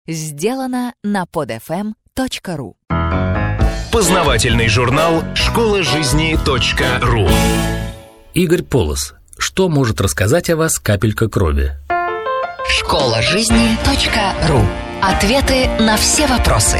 Сделано на podfm.ru. Познавательный журнал «Школа жизни.ру». Игорь Полос. Что может рассказать о вас капелька крови? Школа жизни.ру. Ответы на все вопросы.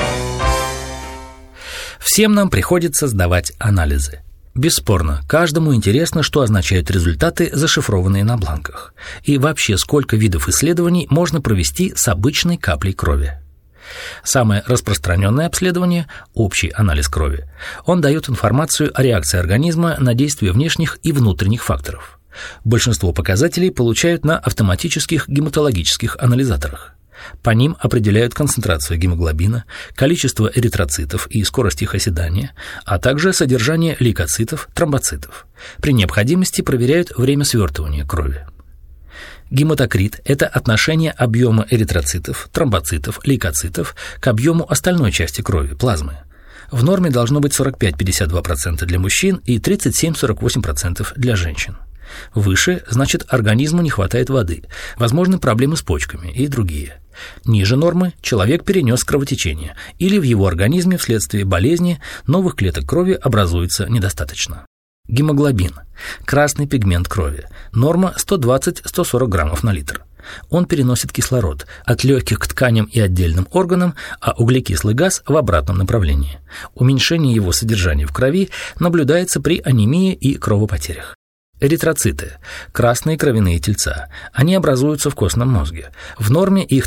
Всем нам приходится сдавать анализы. Бесспорно, каждому интересно, что означают результаты, зашифрованные на бланках. И вообще, сколько видов исследований можно провести с обычной каплей крови. Самое распространенное обследование – общий анализ крови. Он дает информацию о реакции организма на действие внешних и внутренних факторов. Большинство показателей получают на автоматических гематологических анализаторах. По ним определяют концентрацию гемоглобина, количество эритроцитов и скорость их оседания, а также содержание лейкоцитов, тромбоцитов. При необходимости проверяют время свертывания крови. Гематокрит – это отношение объема эритроцитов, тромбоцитов, лейкоцитов к объему остальной части крови, плазмы. В норме должно быть 45-52% для мужчин и 37-48% для женщин. Выше, значит, организму не хватает воды, возможны проблемы с почками и другие. Ниже нормы человек перенес кровотечение, или в его организме вследствие болезни новых клеток крови образуется недостаточно. Гемоглобин – красный пигмент крови, норма 120-140 граммов на литр. Он переносит кислород от легких к тканям и отдельным органам, а углекислый газ в обратном направлении. Уменьшение его содержания в крови наблюдается при анемии и кровопотерях. Эритроциты – красные кровяные тельца. Они образуются в костном мозге. В норме их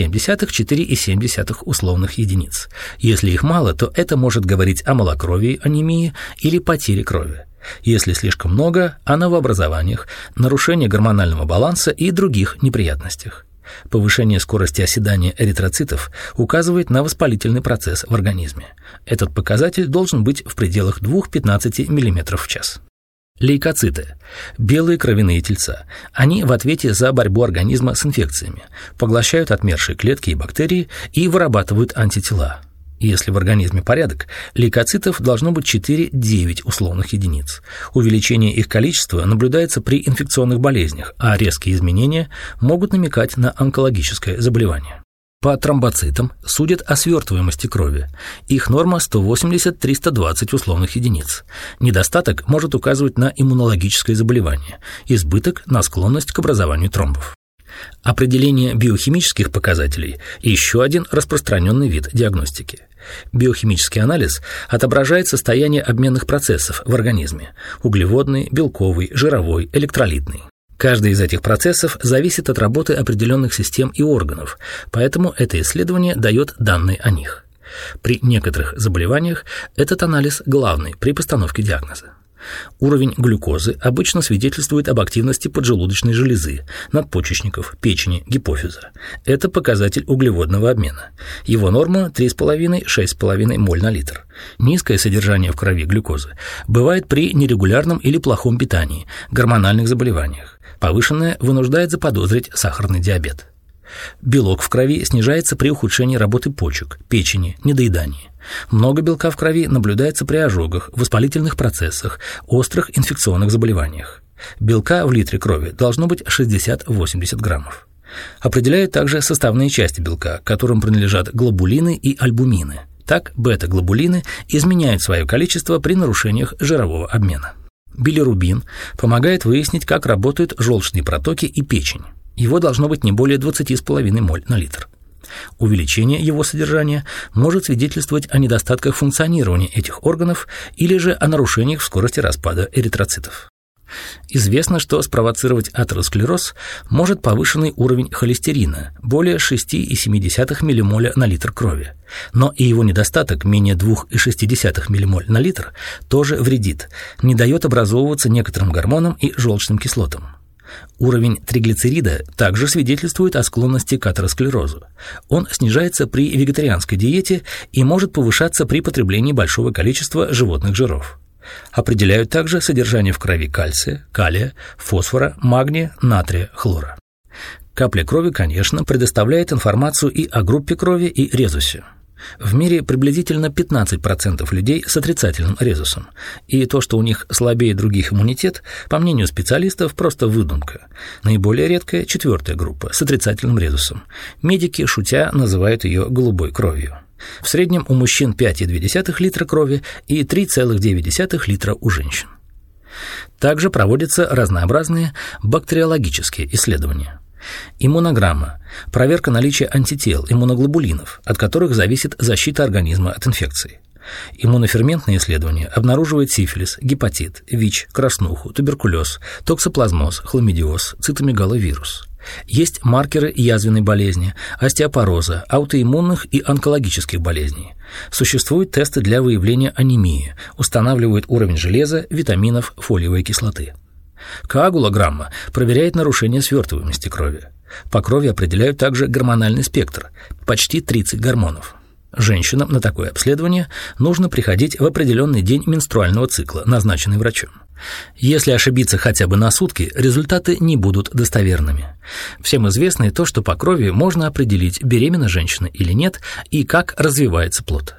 3,7-4,7 условных единиц. Если их мало, то это может говорить о малокровии, анемии или потере крови. Если слишком много – о новообразованиях, нарушении гормонального баланса и других неприятностях. Повышение скорости оседания эритроцитов указывает на воспалительный процесс в организме. Этот показатель должен быть в пределах 2-15 мм в час. Лейкоциты – белые кровяные тельца. Они в ответе за борьбу организма с инфекциями, поглощают отмершие клетки и бактерии и вырабатывают антитела. Если в организме порядок, лейкоцитов должно быть 4-9 условных единиц. Увеличение их количества наблюдается при инфекционных болезнях, а резкие изменения могут намекать на онкологическое заболевание. По тромбоцитам судят о свертываемости крови. Их норма 180-320 условных единиц. Недостаток может указывать на иммунологическое заболевание, избыток – на склонность к образованию тромбов. Определение биохимических показателей – еще один распространенный вид диагностики. Биохимический анализ отображает состояние обменных процессов в организме – углеводный, белковый, жировой, электролитный. Каждый из этих процессов зависит от работы определенных систем и органов, поэтому это исследование дает данные о них. При некоторых заболеваниях этот анализ главный при постановке диагноза. Уровень глюкозы обычно свидетельствует об активности поджелудочной железы, надпочечников, печени, гипофиза. Это показатель углеводного обмена. Его норма 3,5-6,5 моль на литр. Низкое содержание в крови глюкозы бывает при нерегулярном или плохом питании, гормональных заболеваниях. Повышенное вынуждает заподозрить сахарный диабет. Белок в крови снижается при ухудшении работы почек, печени, недоедании. Много белка в крови наблюдается при ожогах, воспалительных процессах, острых инфекционных заболеваниях. Белка в литре крови должно быть 60-80 граммов. Определяют также составные части белка, к которым принадлежат глобулины и альбумины. Так, бета-глобулины изменяют свое количество при нарушениях жирового обмена. Билирубин помогает выяснить, как работают желчные протоки и печень. Его должно быть не более 20,5 моль на литр. Увеличение его содержания может свидетельствовать о недостатках функционирования этих органов или же о нарушениях в скорости распада эритроцитов. Известно, что спровоцировать атеросклероз может повышенный уровень холестерина, более 6,7 миллимоля на литр крови. Но и его недостаток, менее 2,6 миллимоль на литр, тоже вредит, не дает образовываться некоторым гормонам и желчным кислотам. Уровень триглицерида также свидетельствует о склонности к атеросклерозу. Он снижается при вегетарианской диете и может повышаться при потреблении большого количества животных жиров. Определяют также содержание в крови кальция, калия, фосфора, магния, натрия, хлора. Капля крови, конечно, предоставляет информацию и о группе крови, и резусе. В мире приблизительно 15% людей с отрицательным резусом. И то, что у них слабее других иммунитет, по мнению специалистов, просто выдумка. Наиболее редкая 4-я группа с отрицательным резусом. Медики, шутя, называют ее голубой кровью. В среднем у мужчин 5,2 литра крови и 3,9 литра у женщин. Также проводятся разнообразные бактериологические исследования. Иммунограмма – проверка наличия антител, иммуноглобулинов, от которых зависит защита организма от инфекций. Иммуноферментные исследования обнаруживают сифилис, гепатит, ВИЧ, краснуху, туберкулез, токсоплазмоз, хламидиоз, цитомегаловирус. Есть маркеры язвенной болезни, остеопороза, аутоиммунных и онкологических болезней. Существуют тесты для выявления анемии, устанавливают уровень железа, витаминов, фолиевой кислоты. Коагулограмма проверяет нарушение свертываемости крови. По крови определяют также гормональный спектр, почти 30 гормонов. Женщинам на такое обследование нужно приходить в определенный день менструального цикла, назначенный врачом. Если ошибиться хотя бы на сутки, результаты не будут достоверными. Всем известно и то, что по крови можно определить, беременна женщина или нет, и как развивается плод.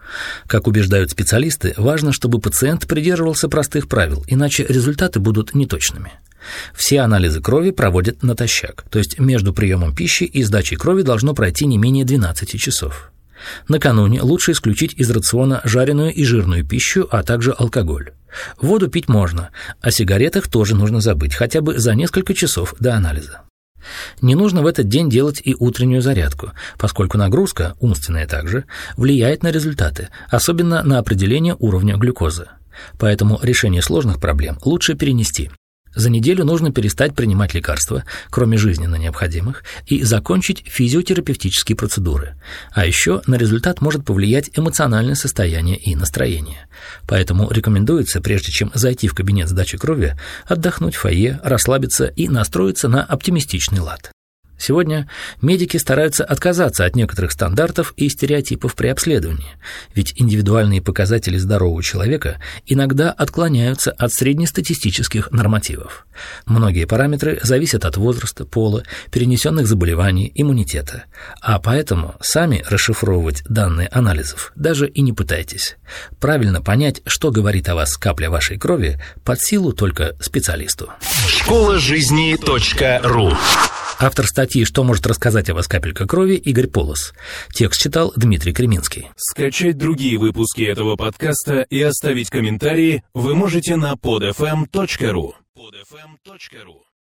Как убеждают специалисты, важно, чтобы пациент придерживался простых правил, иначе результаты будут неточными. Все анализы крови проводят натощак, то есть между приемом пищи и сдачей крови должно пройти не менее 12 часов. Накануне лучше исключить из рациона жареную и жирную пищу, а также алкоголь. Воду пить можно, о сигаретах тоже нужно забыть, хотя бы за несколько часов до анализа. Не нужно в этот день делать и утреннюю зарядку, поскольку нагрузка, умственная также, влияет на результаты, особенно на определение уровня глюкозы. Поэтому решение сложных проблем лучше перенести. За неделю нужно перестать принимать лекарства, кроме жизненно необходимых, и закончить физиотерапевтические процедуры. А еще на результат может повлиять эмоциональное состояние и настроение. Поэтому рекомендуется, прежде чем зайти в кабинет сдачи крови, отдохнуть в фойе, расслабиться и настроиться на оптимистичный лад. Сегодня медики стараются отказаться от некоторых стандартов и стереотипов при обследовании, ведь индивидуальные показатели здорового человека иногда отклоняются от среднестатистических нормативов. Многие параметры зависят от возраста, пола, перенесенных заболеваний, иммунитета, а поэтому сами расшифровывать данные анализов даже и не пытайтесь. Правильно понять, что говорит о вас капля вашей крови, под силу только специалисту. Школажизни.ру. Автор статьи «Что может рассказать о вас капелька крови» Игорь Полос. Текст читал Дмитрий Креминский. Скачать другие выпуски этого подкаста и оставить комментарии вы можете на podfm.ru.